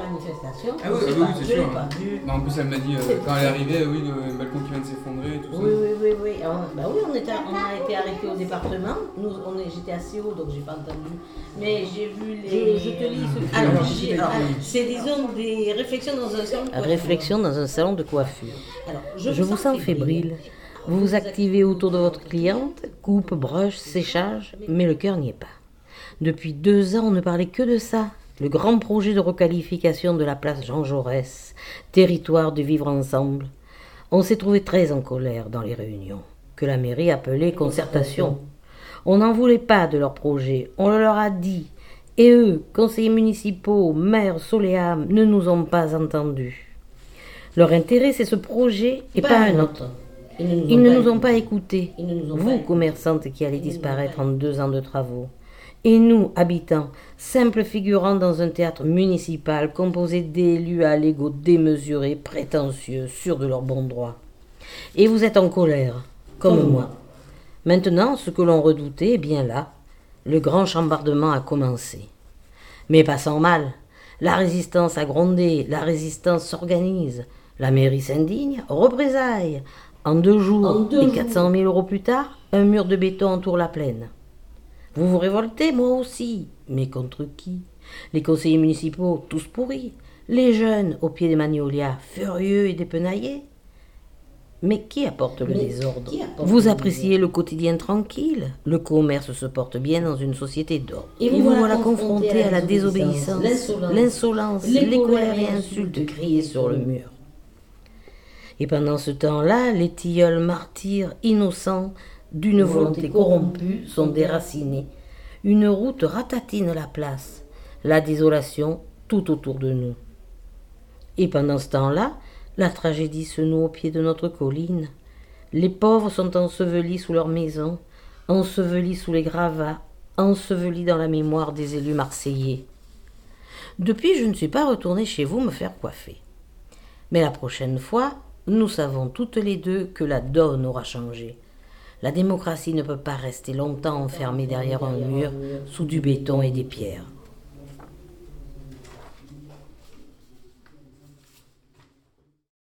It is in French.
manifestation. Ah oui, c'est sûr. Pas vu. En plus, elle m'a dit, quand elle est arrivée, oui, le balcon qui vient de s'effondrer et tout ça. Oui. On a été arrêtés au département. J'étais assez haut, donc j'ai pas entendu. Mais j'ai vu les. Je te lis ce c'est disons des réflexions dans un salon de coiffure. Réflexion dans un salon de coiffure. Alors, je vous sens fébrile. Vous vous activez autour de votre cliente, coupe, broche, séchage, mais le cœur n'y est pas. Depuis 2 ans, on ne parlait que de ça. Le grand projet de requalification de la place Jean Jaurès, territoire de vivre ensemble. On s'est trouvé très en colère dans les réunions, que la mairie appelait concertation. On n'en voulait pas de leur projet, on le leur a dit. Et eux, conseillers municipaux, maires, soléam, ne nous ont pas entendus. Leur intérêt, c'est ce projet et pas un autre. Ils ne nous ont pas écoutés, vous, commerçantes qui allez disparaître en 2 ans de travaux. Et nous, habitants, simples figurants dans un théâtre municipal composé d'élus à l'ego démesuré, prétentieux, sûrs de leur bon droit. Et vous êtes en colère, comme moi. Maintenant, ce que l'on redoutait est bien là. Le grand chambardement a commencé. Mais pas sans mal. La résistance a grondé, la résistance s'organise. La mairie s'indigne, représailles. En 2 jours, et 400 000 € plus tard, un mur de béton entoure la plaine. Vous vous révoltez, moi aussi. Mais contre qui? Les conseillers municipaux, tous pourris. Les jeunes, au pied des magnolias, furieux et dépenaillés. Mais qui apporte le désordre? Vous appréciez le quotidien tranquille. Le commerce se porte bien dans une société d'ordre. Et vous voilà confronté à la désobéissance, l'insolence, les colères et insultes criées sur le mur. Et pendant ce temps-là, les tilleuls martyrs innocents d'une volonté corrompue sont déracinés. Une route ratatine la place, la désolation tout autour de nous. Et pendant ce temps-là, la tragédie se noue au pied de notre colline. Les pauvres sont ensevelis sous leurs maisons, ensevelis sous les gravats, ensevelis dans la mémoire des élus marseillais. Depuis, je ne suis pas retournée chez vous me faire coiffer. Mais la prochaine fois, nous savons toutes les deux que la donne aura changé. La démocratie ne peut pas rester longtemps enfermée derrière un mur, sous du béton et des pierres.